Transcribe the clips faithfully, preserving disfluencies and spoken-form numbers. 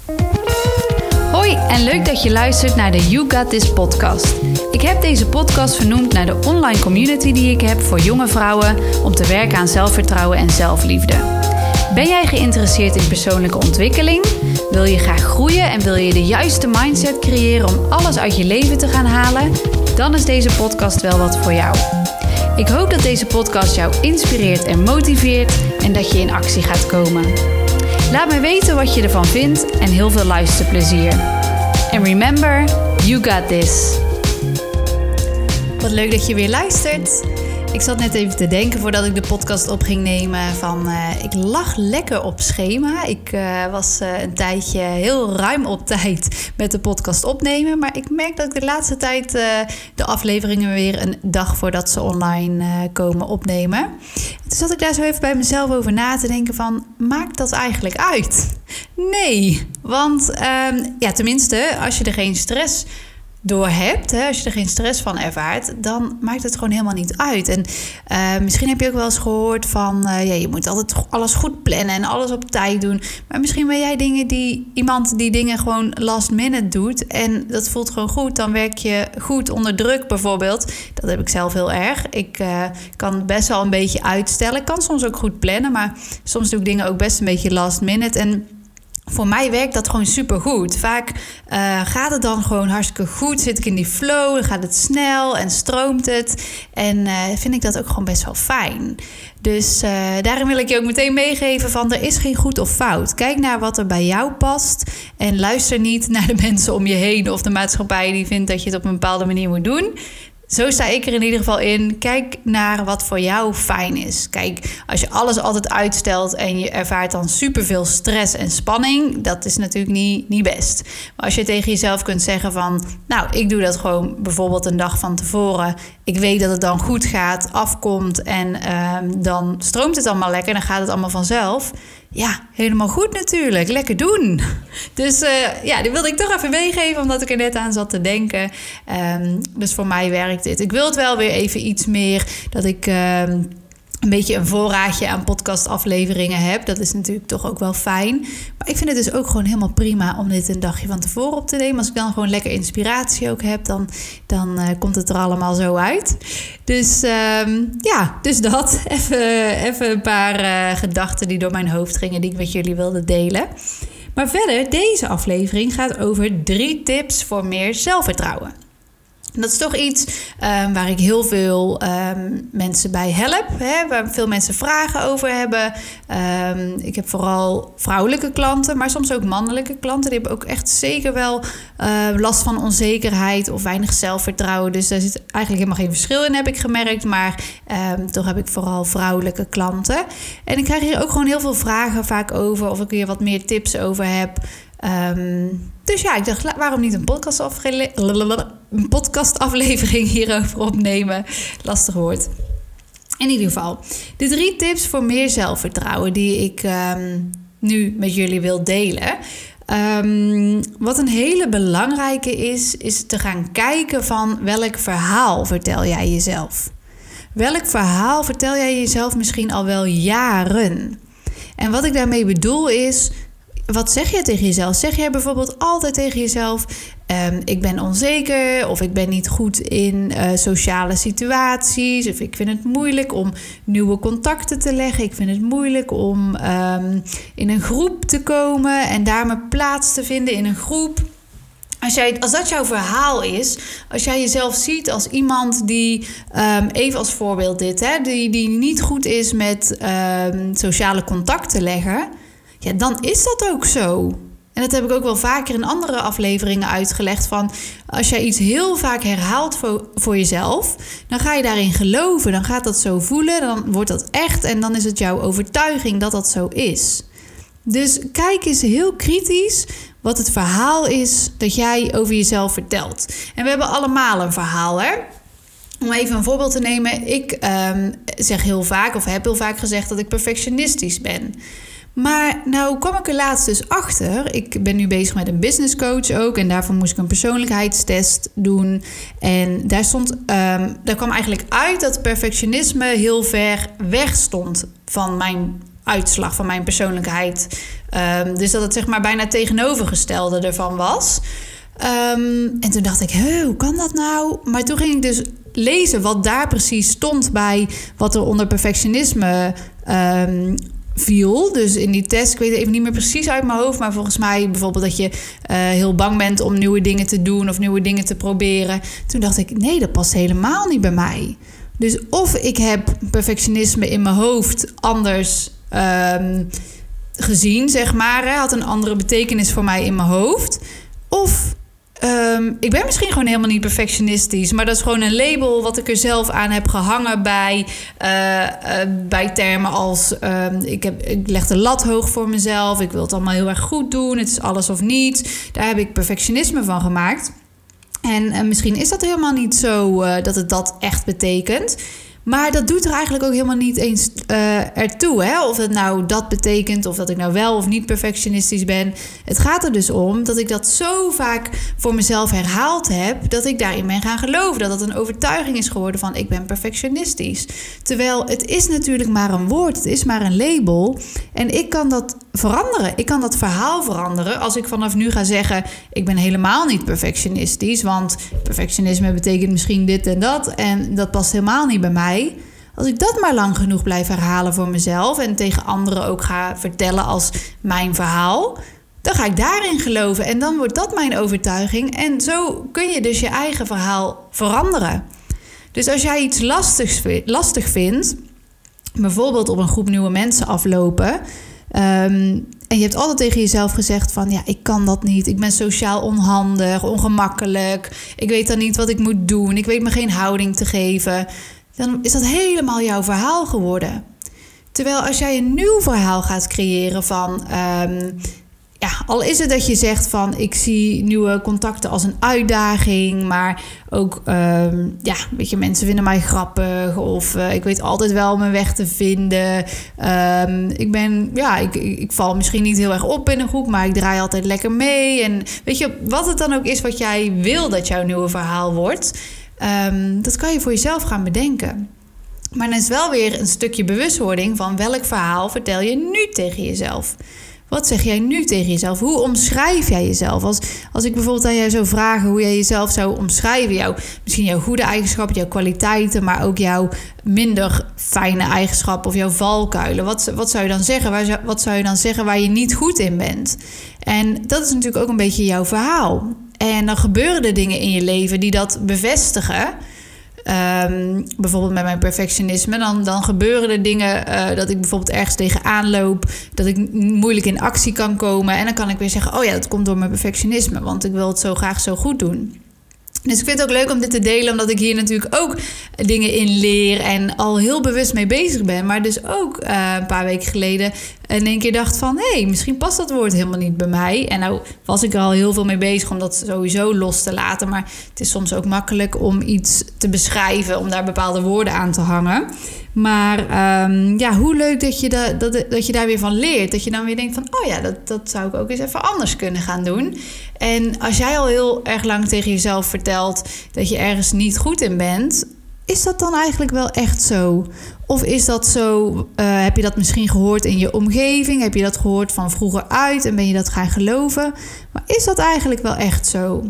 Hoi en leuk dat je luistert naar de You Got This podcast. Ik heb deze podcast vernoemd naar de online community die ik heb voor jonge vrouwen om te werken aan zelfvertrouwen en zelfliefde. Ben jij geïnteresseerd in persoonlijke ontwikkeling? Wil je graag groeien en wil je de juiste mindset creëren om alles uit je leven te gaan halen? Dan is deze podcast wel wat voor jou. Ik hoop dat deze podcast jou inspireert en motiveert en dat je in actie gaat komen. Laat me weten wat je ervan vindt en heel veel luisterplezier. En remember, you got this. Wat leuk dat je weer luistert. Ik zat net even te denken voordat ik de podcast op ging nemen van uh, ik lag lekker op schema. Ik uh, was uh, een tijdje heel ruim op tijd met de podcast opnemen. Maar ik merk dat ik de laatste tijd uh, de afleveringen weer een dag voordat ze online uh, komen opnemen. Toen zat ik daar zo even bij mezelf over na te denken van, maakt dat eigenlijk uit? Nee, want um, ja, tenminste als je er geen stress door hebt, hè, als je er geen stress van ervaart, dan maakt het gewoon helemaal niet uit. En uh, misschien heb je ook wel eens gehoord van, uh, ja, je moet altijd alles goed plannen en alles op tijd doen. Maar misschien ben jij dingen die iemand die dingen gewoon last minute doet en dat voelt gewoon goed. Dan werk je goed onder druk bijvoorbeeld. Dat heb ik zelf heel erg. Ik uh, kan best wel een beetje uitstellen. Ik kan soms ook goed plannen, maar soms doe ik dingen ook best een beetje last minute. En voor mij werkt dat gewoon supergoed. Vaak uh, gaat het dan gewoon hartstikke goed. Zit ik in die flow, dan gaat het snel en stroomt het. En uh, vind ik dat ook gewoon best wel fijn. Dus uh, daarin wil ik je ook meteen meegeven van, er is geen goed of fout. Kijk naar wat er bij jou past. En luister niet naar de mensen om je heen of de maatschappij die vindt dat je het op een bepaalde manier moet doen. Zo sta ik er in ieder geval in. Kijk naar wat voor jou fijn is. Kijk, als je alles altijd uitstelt en je ervaart dan superveel stress en spanning, dat is natuurlijk niet, niet best. Maar als je tegen jezelf kunt zeggen van, nou, ik doe dat gewoon bijvoorbeeld een dag van tevoren. Ik weet dat het dan goed gaat, afkomt en uh, dan stroomt het allemaal lekker. Dan gaat het allemaal vanzelf. Ja, helemaal goed natuurlijk. Lekker doen. Dus uh, ja, die wilde ik toch even meegeven, omdat ik er net aan zat te denken. Um, dus voor mij werkt dit. Ik wil het wel weer even iets meer, dat ik um, een beetje een voorraadje aan podcastafleveringen heb. Dat is natuurlijk toch ook wel fijn. Maar ik vind het dus ook gewoon helemaal prima om dit een dagje van tevoren op te nemen. Als ik dan gewoon lekker inspiratie ook heb, dan, dan uh, komt het er allemaal zo uit. Dus um, ja, dus dat. Even, even een paar uh, gedachten die door mijn hoofd gingen, die ik met jullie wilde delen. Maar verder, deze aflevering gaat over drie tips voor meer zelfvertrouwen. Dat is toch iets um, waar ik heel veel um, mensen bij help. Hè, waar veel mensen vragen over hebben. Um, ik heb vooral vrouwelijke klanten, maar soms ook mannelijke klanten. Die hebben ook echt zeker wel uh, last van onzekerheid of weinig zelfvertrouwen. Dus daar zit eigenlijk helemaal geen verschil in, heb ik gemerkt. Maar um, toch heb ik vooral vrouwelijke klanten. En ik krijg hier ook gewoon heel veel vragen vaak over. Of ik hier wat meer tips over heb. Um, dus ja, ik dacht, waarom niet een podcastafle- een podcastaflevering hierover opnemen? Lastig woord. In ieder geval, de drie tips voor meer zelfvertrouwen die ik um, nu met jullie wil delen. Um, wat een hele belangrijke is, is te gaan kijken van welk verhaal vertel jij jezelf. Welk verhaal vertel jij jezelf misschien al wel jaren? En wat ik daarmee bedoel is, wat zeg jij tegen jezelf? Zeg jij bijvoorbeeld altijd tegen jezelf, Um, ik ben onzeker of ik ben niet goed in uh, sociale situaties. Of ik vind het moeilijk om nieuwe contacten te leggen. Ik vind het moeilijk om um, in een groep te komen en daar mijn plaats te vinden in een groep. Als, jij, als dat jouw verhaal is, als jij jezelf ziet als iemand die, um, even als voorbeeld dit, hè, die, die niet goed is met um, sociale contacten leggen, ja, dan is dat ook zo. En dat heb ik ook wel vaker in andere afleveringen uitgelegd van, als jij iets heel vaak herhaalt voor, voor jezelf, dan ga je daarin geloven, dan gaat dat zo voelen, dan wordt dat echt en dan is het jouw overtuiging dat dat zo is. Dus kijk eens heel kritisch wat het verhaal is dat jij over jezelf vertelt. En we hebben allemaal een verhaal, hè? Om even een voorbeeld te nemen. Ik um, zeg heel vaak, of heb heel vaak gezegd dat ik perfectionistisch ben. Maar nou kwam ik er laatst dus achter. Ik ben nu bezig met een business coach ook. En daarvoor moest ik een persoonlijkheidstest doen. En daar stond, um, daar kwam eigenlijk uit dat perfectionisme heel ver weg stond van mijn uitslag van mijn persoonlijkheid. Um, dus dat het zeg maar bijna tegenovergestelde ervan was. Um, en toen dacht ik, hoe kan dat nou? Maar toen ging ik dus lezen wat daar precies stond bij wat er onder perfectionisme um, viel. Dus in die test, ik weet het even niet meer precies uit mijn hoofd, maar volgens mij bijvoorbeeld dat je uh, heel bang bent om nieuwe dingen te doen of nieuwe dingen te proberen. Toen dacht ik, nee, dat past helemaal niet bij mij. Dus of ik heb perfectionisme in mijn hoofd anders um, gezien, zeg maar, hè, had een andere betekenis voor mij in mijn hoofd. Of Um, ik ben misschien gewoon helemaal niet perfectionistisch, maar dat is gewoon een label wat ik er zelf aan heb gehangen bij, uh, uh, bij termen als um, ik, heb, ik leg de lat hoog voor mezelf, ik wil het allemaal heel erg goed doen, het is alles of niets. Daar heb ik perfectionisme van gemaakt. En uh, misschien is dat helemaal niet zo uh, dat het dat echt betekent. Maar dat doet er eigenlijk ook helemaal niet eens uh, ertoe. Hè? Of het nou dat betekent, of dat ik nou wel of niet perfectionistisch ben. Het gaat er dus om dat ik dat zo vaak voor mezelf herhaald heb, dat ik daarin ben gaan geloven. Dat dat een overtuiging is geworden van ik ben perfectionistisch. Terwijl het is natuurlijk maar een woord, het is maar een label. En ik kan dat veranderen. Ik kan dat verhaal veranderen als ik vanaf nu ga zeggen, ik ben helemaal niet perfectionistisch. Want perfectionisme betekent misschien dit en dat. En dat past helemaal niet bij mij. Als ik dat maar lang genoeg blijf herhalen voor mezelf en tegen anderen ook ga vertellen als mijn verhaal, dan ga ik daarin geloven en dan wordt dat mijn overtuiging. En zo kun je dus je eigen verhaal veranderen. Dus als jij iets lastigs, lastig vindt, bijvoorbeeld op een groep nieuwe mensen aflopen, um, en je hebt altijd tegen jezelf gezegd van, ja, ik kan dat niet. Ik ben sociaal onhandig, ongemakkelijk. Ik weet dan niet wat ik moet doen. Ik weet me geen houding te geven. Dan is dat helemaal jouw verhaal geworden. Terwijl als jij een nieuw verhaal gaat creëren van, Um, ja, al is het dat je zegt van, ik zie nieuwe contacten als een uitdaging, maar ook, um, ja, weet je, mensen vinden mij grappig of uh, ik weet altijd wel mijn weg te vinden. Um, ik ben, ja, ik, ik, ik val misschien niet heel erg op in een groep, maar ik draai altijd lekker mee. En weet je, wat het dan ook is wat jij wil dat jouw nieuwe verhaal wordt, Um, dat kan je voor jezelf gaan bedenken. Maar dan is wel weer een stukje bewustwording van welk verhaal vertel je nu tegen jezelf. Wat zeg jij nu tegen jezelf? Hoe omschrijf jij jezelf? Als, als ik bijvoorbeeld aan jou zou vragen hoe jij jezelf zou omschrijven, jouw, misschien jouw goede eigenschappen, jouw kwaliteiten, maar ook jouw minder fijne eigenschappen of jouw valkuilen. Wat, wat zou je dan zeggen? Waar, wat zou je dan zeggen waar je niet goed in bent? En dat is natuurlijk ook een beetje jouw verhaal. En dan gebeuren er dingen in je leven die dat bevestigen. Um, bijvoorbeeld met mijn perfectionisme. Dan, dan gebeuren er dingen uh, dat ik bijvoorbeeld ergens tegenaan loop. Dat ik moeilijk in actie kan komen. En dan kan ik weer zeggen, oh ja, dat komt door mijn perfectionisme. Want ik wil het zo graag zo goed doen. Dus ik vind het ook leuk om dit te delen, omdat ik hier natuurlijk ook dingen in leer en al heel bewust mee bezig ben. Maar dus ook uh, een paar weken geleden in één keer dacht van, hé, hey, misschien past dat woord helemaal niet bij mij. En nou was ik er al heel veel mee bezig om dat sowieso los te laten. Maar het is soms ook makkelijk om iets te beschrijven, om daar bepaalde woorden aan te hangen. Maar um, ja, hoe leuk dat je, da, dat, dat je daar weer van leert. Dat je dan weer denkt van, oh ja, dat, dat zou ik ook eens even anders kunnen gaan doen. En als jij al heel erg lang tegen jezelf vertelt dat je ergens niet goed in bent, is dat dan eigenlijk wel echt zo? Of is dat zo, uh, heb je dat misschien gehoord in je omgeving? Heb je dat gehoord van vroeger uit en ben je dat gaan geloven? Maar is dat eigenlijk wel echt zo?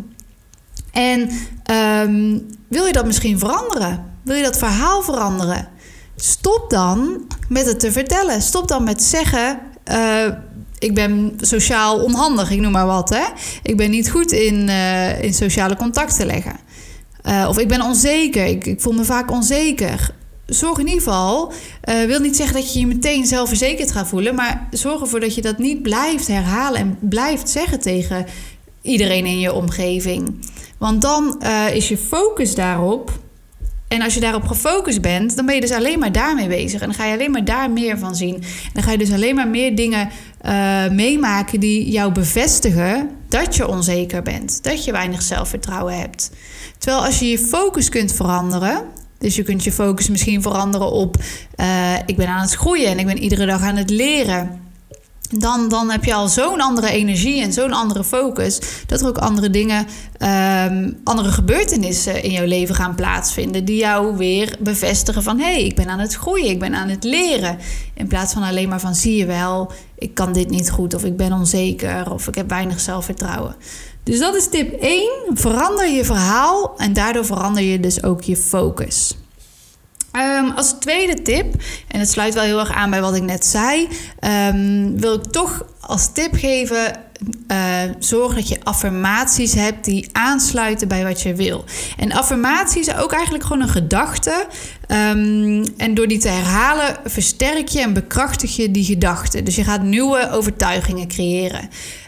En um, wil je dat misschien veranderen? Wil je dat verhaal veranderen? Stop dan met het te vertellen. Stop dan met zeggen, Uh, ik ben sociaal onhandig, ik noem maar wat. Hè? Ik ben niet goed in, uh, in sociale contacten leggen. Uh, of ik ben onzeker, ik, ik voel me vaak onzeker. Zorg in ieder geval, uh, wil niet zeggen dat je je meteen zelfverzekerd gaat voelen, maar zorg ervoor dat je dat niet blijft herhalen en blijft zeggen tegen iedereen in je omgeving. Want dan uh, is je focus daarop. En als je daarop gefocust bent, dan ben je dus alleen maar daarmee bezig. En dan ga je alleen maar daar meer van zien. En dan ga je dus alleen maar meer dingen uh, meemaken die jou bevestigen dat je onzeker bent. Dat je weinig zelfvertrouwen hebt. Terwijl als je je focus kunt veranderen, dus je kunt je focus misschien veranderen op Uh, ik ben aan het groeien en ik ben iedere dag aan het leren. Dan, dan heb je al zo'n andere energie en zo'n andere focus, dat er ook andere dingen, um, andere gebeurtenissen in jouw leven gaan plaatsvinden, die jou weer bevestigen van, hé, hey, ik ben aan het groeien, ik ben aan het leren. In plaats van alleen maar van, zie je wel, ik kan dit niet goed, of ik ben onzeker, of ik heb weinig zelfvertrouwen. Dus dat is tip één, verander je verhaal en daardoor verander je dus ook je focus. Um, als tweede tip, en het sluit wel heel erg aan bij wat ik net zei, um, wil ik toch als tip geven, uh, zorg dat je affirmaties hebt die aansluiten bij wat je wil. En affirmaties is ook eigenlijk gewoon een gedachte. Um, en door die te herhalen versterk je en bekrachtig je die gedachten. Dus je gaat nieuwe overtuigingen creëren.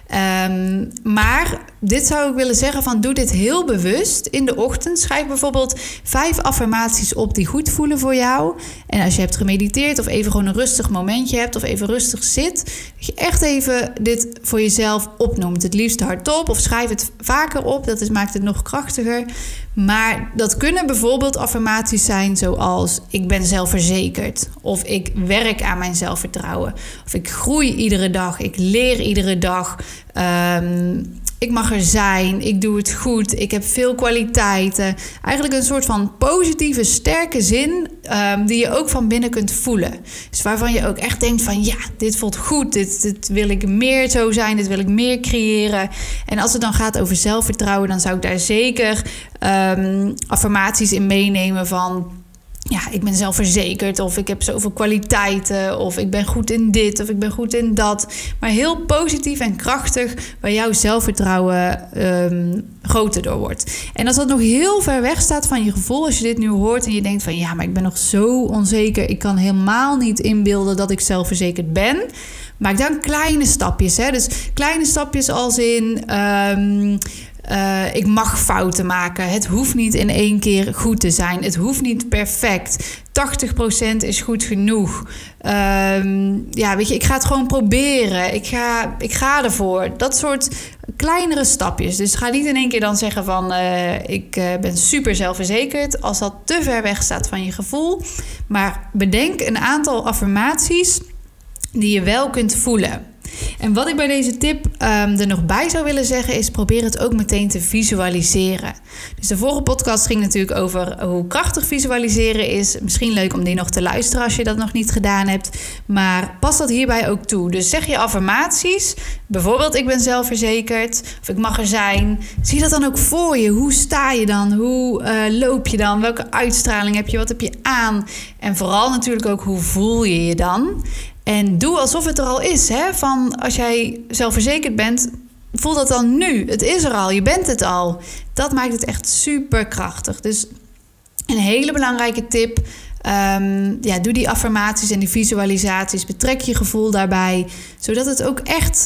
Um, maar dit zou ik willen zeggen van, doe dit heel bewust in de ochtend. Schrijf bijvoorbeeld vijf affirmaties op die goed voelen voor jou. En als je hebt gemediteerd of even gewoon een rustig momentje hebt of even rustig zit, dat je echt even dit voor jezelf opnoemt. Het liefst hardop of schrijf het vaker op. Dat is, maakt het nog krachtiger. Maar dat kunnen bijvoorbeeld affirmaties zijn zoals, ik ben zelfverzekerd. Of ik werk aan mijn zelfvertrouwen. Of ik groei iedere dag. Ik leer iedere dag. Um, ik mag er zijn. Ik doe het goed. Ik heb veel kwaliteiten. Eigenlijk een soort van positieve, sterke zin um, die je ook van binnen kunt voelen. Dus waarvan je ook echt denkt van, ja, dit voelt goed. Dit, dit wil ik meer zo zijn. Dit wil ik meer creëren. En als het dan gaat over zelfvertrouwen, dan zou ik daar zeker um, affirmaties in meenemen van, ja, ik ben zelfverzekerd, of ik heb zoveel kwaliteiten, of ik ben goed in dit, of ik ben goed in dat. Maar heel positief en krachtig, waar jouw zelfvertrouwen um, groter door wordt. En als dat nog heel ver weg staat van je gevoel, als je dit nu hoort en je denkt van, ja, maar ik ben nog zo onzeker, ik kan helemaal niet inbeelden dat ik zelfverzekerd ben. Maak dan kleine stapjes. Hè? Dus kleine stapjes als in, Um, Uh, ik mag fouten maken. Het hoeft niet in één keer goed te zijn. Het hoeft niet perfect. tachtig procent is goed genoeg. Um, ja, weet je, ik ga het gewoon proberen. Ik ga, ik ga ervoor. Dat soort kleinere stapjes. Dus ga niet in één keer dan zeggen van, Uh, ik uh, ben super zelfverzekerd, als dat te ver weg staat van je gevoel. Maar bedenk een aantal affirmaties die je wel kunt voelen. En wat ik bij deze tip um, er nog bij zou willen zeggen is, probeer het ook meteen te visualiseren. Dus de vorige podcast ging natuurlijk over hoe krachtig visualiseren is. Misschien leuk om die nog te luisteren als je dat nog niet gedaan hebt. Maar pas dat hierbij ook toe. Dus zeg je affirmaties. Bijvoorbeeld, ik ben zelfverzekerd. Of ik mag er zijn. Zie dat dan ook voor je. Hoe sta je dan? Hoe uh, loop je dan? Welke uitstraling heb je? Wat heb je aan? En vooral natuurlijk ook, hoe voel je je dan? En doe alsof het er al is. Hè? Van, als jij zelfverzekerd bent, voel dat dan nu. Het is er al, je bent het al. Dat maakt het echt super krachtig. Dus een hele belangrijke tip. Um, ja, doe die affirmaties en die visualisaties. Betrek je gevoel daarbij. Zodat het ook echt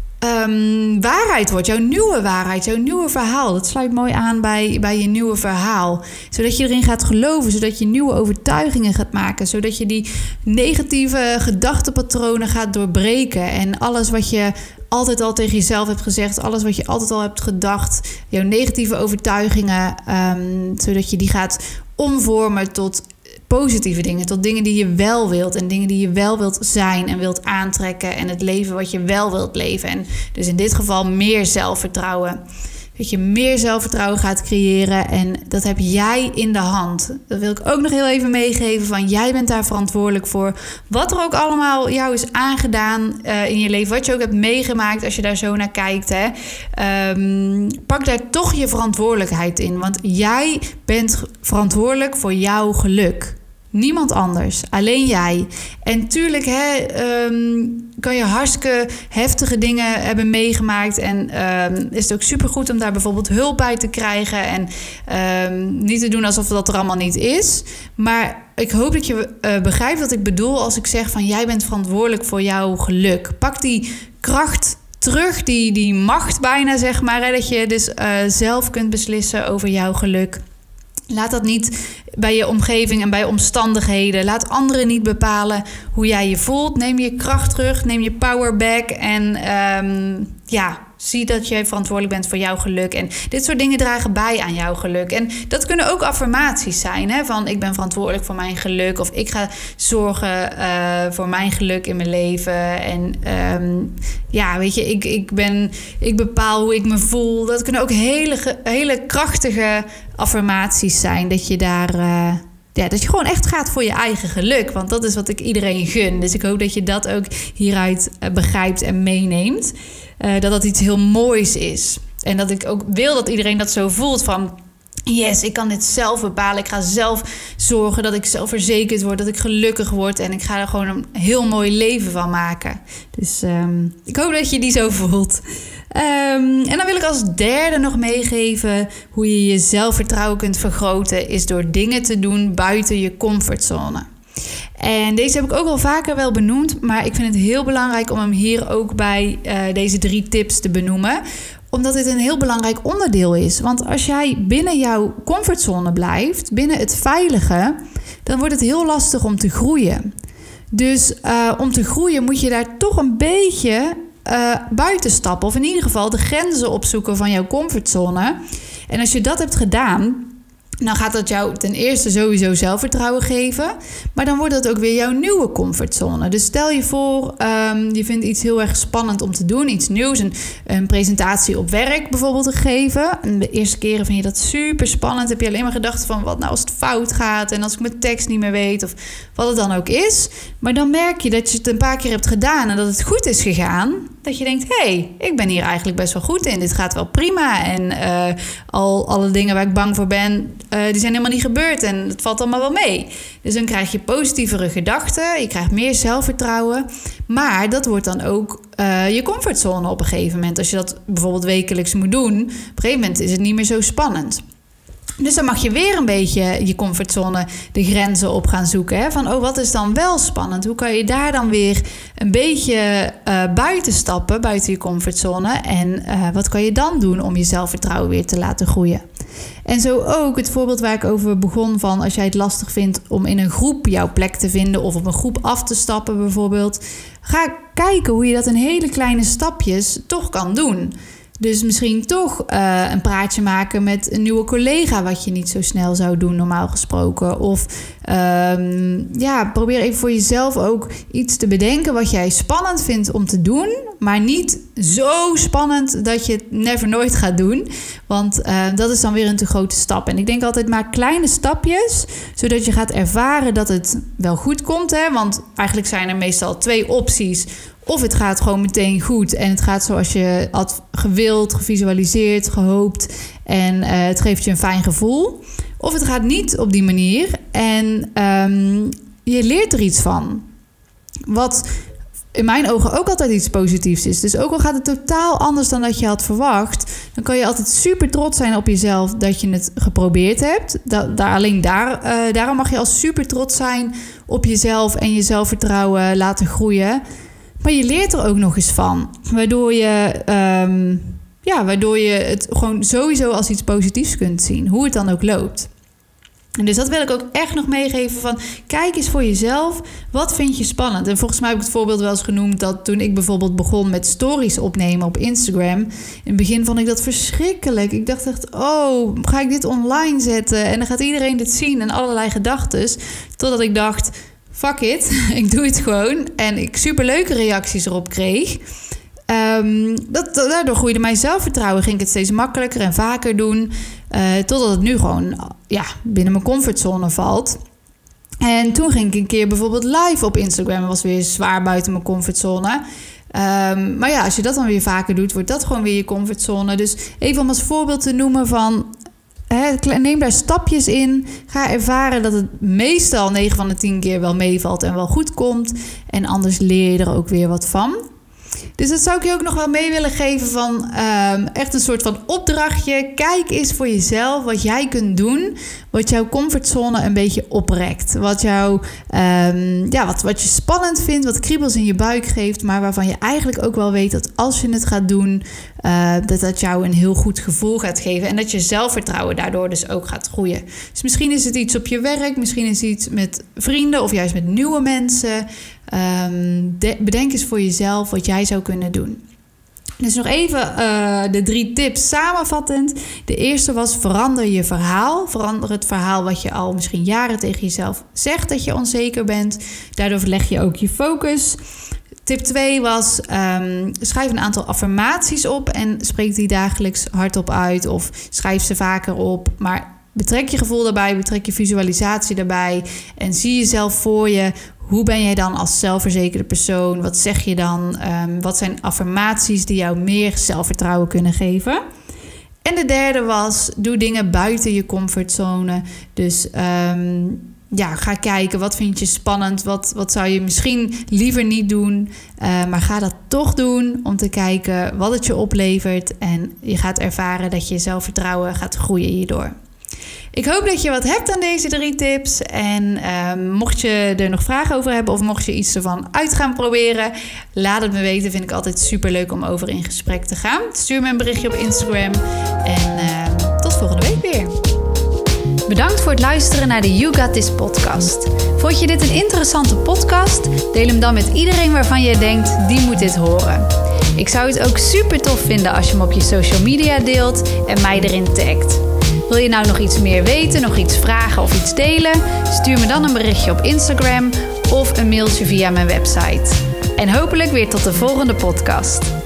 Um, waarheid wordt, jouw nieuwe waarheid, jouw nieuwe verhaal. Dat sluit mooi aan bij, bij je nieuwe verhaal. Zodat je erin gaat geloven, zodat je nieuwe overtuigingen gaat maken. Zodat je die negatieve gedachtepatronen gaat doorbreken. En alles wat je altijd al tegen jezelf hebt gezegd, alles wat je altijd al hebt gedacht, jouw negatieve overtuigingen, um, zodat je die gaat omvormen tot positieve dingen, tot dingen die je wel wilt en dingen die je wel wilt zijn en wilt aantrekken en het leven wat je wel wilt leven. En dus in dit geval meer zelfvertrouwen. Dat je meer zelfvertrouwen gaat creëren en dat heb jij in de hand. Dat wil ik ook nog heel even meegeven van, jij bent daar verantwoordelijk voor. Wat er ook allemaal jou is aangedaan uh, in je leven, wat je ook hebt meegemaakt als je daar zo naar kijkt. Hè. Um, pak daar toch je verantwoordelijkheid in, want jij bent verantwoordelijk voor jouw geluk. Niemand anders, alleen jij. En tuurlijk hè, um, kan je hartstikke heftige dingen hebben meegemaakt. En um, is het ook supergoed om daar bijvoorbeeld hulp bij te krijgen. En um, niet te doen alsof dat er allemaal niet is. Maar ik hoop dat je uh, begrijpt wat ik bedoel als ik zeg van, jij bent verantwoordelijk voor jouw geluk. Pak die kracht terug, die, die macht bijna zeg maar. Hè, dat je dus uh, zelf kunt beslissen over jouw geluk. Laat dat niet bij je omgeving en bij omstandigheden. Laat anderen niet bepalen hoe jij je voelt. Neem je kracht terug, neem je power back. En um, ja, zie dat jij verantwoordelijk bent voor jouw geluk. En dit soort dingen dragen bij aan jouw geluk. En dat kunnen ook affirmaties zijn. Hè? Van ik ben verantwoordelijk voor mijn geluk. Of ik ga zorgen uh, voor mijn geluk in mijn leven. En um, ja, weet je, ik, ik, ben, ik bepaal hoe ik me voel. Dat kunnen ook hele, hele krachtige affirmaties zijn. Dat je daar... Uh, Ja, dat je gewoon echt gaat voor je eigen geluk. Want dat is wat ik iedereen gun. Dus ik hoop dat je dat ook hieruit uh, begrijpt en meeneemt. Uh, dat dat iets heel moois is. En dat ik ook wil dat iedereen dat zo voelt van... Yes, ik kan dit zelf bepalen. Ik ga zelf zorgen dat ik zelfverzekerd word. Dat ik gelukkig word. En ik ga er gewoon een heel mooi leven van maken. Dus um, ik hoop dat je die zo voelt. Um, en dan wil ik als derde nog meegeven... hoe je je zelfvertrouwen kunt vergroten... is door dingen te doen buiten je comfortzone. En deze heb ik ook al vaker wel benoemd... maar ik vind het heel belangrijk om hem hier ook bij uh, deze drie tips te benoemen... omdat dit een heel belangrijk onderdeel is. Want als jij binnen jouw comfortzone blijft... binnen het veilige... dan wordt het heel lastig om te groeien. Dus uh, om te groeien moet je daar toch een beetje... Uh, buiten stappen of in ieder geval de grenzen opzoeken van jouw comfortzone. En als je dat hebt gedaan, dan gaat dat jou ten eerste sowieso zelfvertrouwen geven. Maar dan wordt dat ook weer jouw nieuwe comfortzone. Dus stel je voor, um, je vindt iets heel erg spannend om te doen. Iets nieuws, een, een presentatie op werk bijvoorbeeld te geven. En de eerste keren vind je dat super spannend. Heb je alleen maar gedacht van wat nou als het fout gaat. En als ik mijn tekst niet meer weet of wat het dan ook is. Maar dan merk je dat je het een paar keer hebt gedaan en dat het goed is gegaan. Dat je denkt, hé, hey, ik ben hier eigenlijk best wel goed in. Dit gaat wel prima. En uh, al alle dingen waar ik bang voor ben, uh, die zijn helemaal niet gebeurd. En het valt allemaal wel mee. Dus dan krijg je positievere gedachten. Je krijgt meer zelfvertrouwen. Maar dat wordt dan ook uh, je comfortzone op een gegeven moment. Als je dat bijvoorbeeld wekelijks moet doen, op een gegeven moment is het niet meer zo spannend. Dus dan mag je weer een beetje je comfortzone de grenzen op gaan zoeken. Hè? Van, oh, wat is dan wel spannend? Hoe kan je daar dan weer een beetje uh, buiten stappen, buiten je comfortzone? En uh, wat kan je dan doen om je zelfvertrouwen weer te laten groeien? En zo ook het voorbeeld waar ik over begon van... als jij het lastig vindt om in een groep jouw plek te vinden... of op een groep af te stappen bijvoorbeeld... ga kijken hoe je dat in hele kleine stapjes toch kan doen... Dus misschien toch uh, een praatje maken met een nieuwe collega... wat je niet zo snel zou doen, normaal gesproken. Of um, ja, probeer even voor jezelf ook iets te bedenken... wat jij spannend vindt om te doen... maar niet zo spannend dat je het never nooit gaat doen. Want uh, dat is dan weer een te grote stap. En ik denk altijd maar kleine stapjes... zodat je gaat ervaren dat het wel goed komt. Hè? Want eigenlijk zijn er meestal twee opties... Of het gaat gewoon meteen goed en het gaat zoals je had gewild, gevisualiseerd, gehoopt... en uh, het geeft je een fijn gevoel. Of het gaat niet op die manier en um, je leert er iets van. Wat in mijn ogen ook altijd iets positiefs is. Dus ook al gaat het totaal anders dan dat je had verwacht... dan kan je altijd super trots zijn op jezelf dat je het geprobeerd hebt. Da- daar, alleen daar, uh, daarom mag je al super trots zijn op jezelf... en je zelfvertrouwen laten groeien... Maar je leert er ook nog eens van. Waardoor je, um, ja, waardoor je het gewoon sowieso als iets positiefs kunt zien. Hoe het dan ook loopt. En dus dat wil ik ook echt nog meegeven van... kijk eens voor jezelf, wat vind je spannend? En volgens mij heb ik het voorbeeld wel eens genoemd... dat toen ik bijvoorbeeld begon met stories opnemen op Instagram... in het begin vond ik dat verschrikkelijk. Ik dacht echt, oh, ga ik dit online zetten? En dan gaat iedereen dit zien en allerlei gedachten. Totdat ik dacht... fuck it, ik doe het gewoon. En ik superleuke reacties erop kreeg. Um, dat, daardoor groeide mijn zelfvertrouwen. Ging ik het steeds makkelijker en vaker doen. Uh, totdat het nu gewoon ja, binnen mijn comfortzone valt. En toen ging ik een keer bijvoorbeeld live op Instagram. Dat was weer zwaar buiten mijn comfortzone. Um, maar ja, als je dat dan weer vaker doet, wordt dat gewoon weer je comfortzone. Dus even om als voorbeeld te noemen van... He, neem daar stapjes in. Ga ervaren dat het meestal negen van de tien keer wel meevalt en wel goed komt. En anders leer je er ook weer wat van. Dus dat zou ik je ook nog wel mee willen geven van um, echt een soort van opdrachtje. Kijk eens voor jezelf wat jij kunt doen. Wat jouw comfortzone een beetje oprekt. Wat, jou, um, ja, wat, wat je spannend vindt, wat kriebels in je buik geeft. Maar waarvan je eigenlijk ook wel weet dat als je het gaat doen... Uh, dat dat jou een heel goed gevoel gaat geven. En dat je zelfvertrouwen daardoor dus ook gaat groeien. Dus misschien is het iets op je werk. Misschien is het iets met vrienden of juist met nieuwe mensen. Um, de, bedenk eens voor jezelf wat jij zou kunnen doen. Dus nog even uh, de drie tips samenvattend. De eerste was verander je verhaal. Verander het verhaal wat je al misschien jaren tegen jezelf zegt dat je onzeker bent. Daardoor leg je ook je focus. Tip twee was um, schrijf een aantal affirmaties op en spreek die dagelijks hardop uit of schrijf ze vaker op. Maar betrek je gevoel daarbij, betrek je visualisatie daarbij en zie jezelf voor je. Hoe ben jij dan als zelfverzekerde persoon? Wat zeg je dan? Um, wat zijn affirmaties die jou meer zelfvertrouwen kunnen geven? En de derde was, doe dingen buiten je comfortzone. Dus um, ja, ga kijken, wat vind je spannend? Wat, wat zou je misschien liever niet doen? Uh, maar ga dat toch doen om te kijken wat het je oplevert. En je gaat ervaren dat je zelfvertrouwen gaat groeien hierdoor. Ik hoop dat je wat hebt aan deze drie tips. En uh, mocht je er nog vragen over hebben of mocht je iets ervan uit gaan proberen, laat het me weten. Vind ik altijd super leuk om over in gesprek te gaan. Stuur me een berichtje op Instagram. En uh, tot volgende week weer. Bedankt voor het luisteren naar de You Got This podcast. Vond je dit een interessante podcast? Deel hem dan met iedereen waarvan je denkt, die moet dit horen. Ik zou het ook super tof vinden als je hem op je social media deelt en mij erin tagt. Wil je nou nog iets meer weten, nog iets vragen of iets delen? Stuur me dan een berichtje op Instagram of een mailtje via mijn website. En hopelijk weer tot de volgende podcast.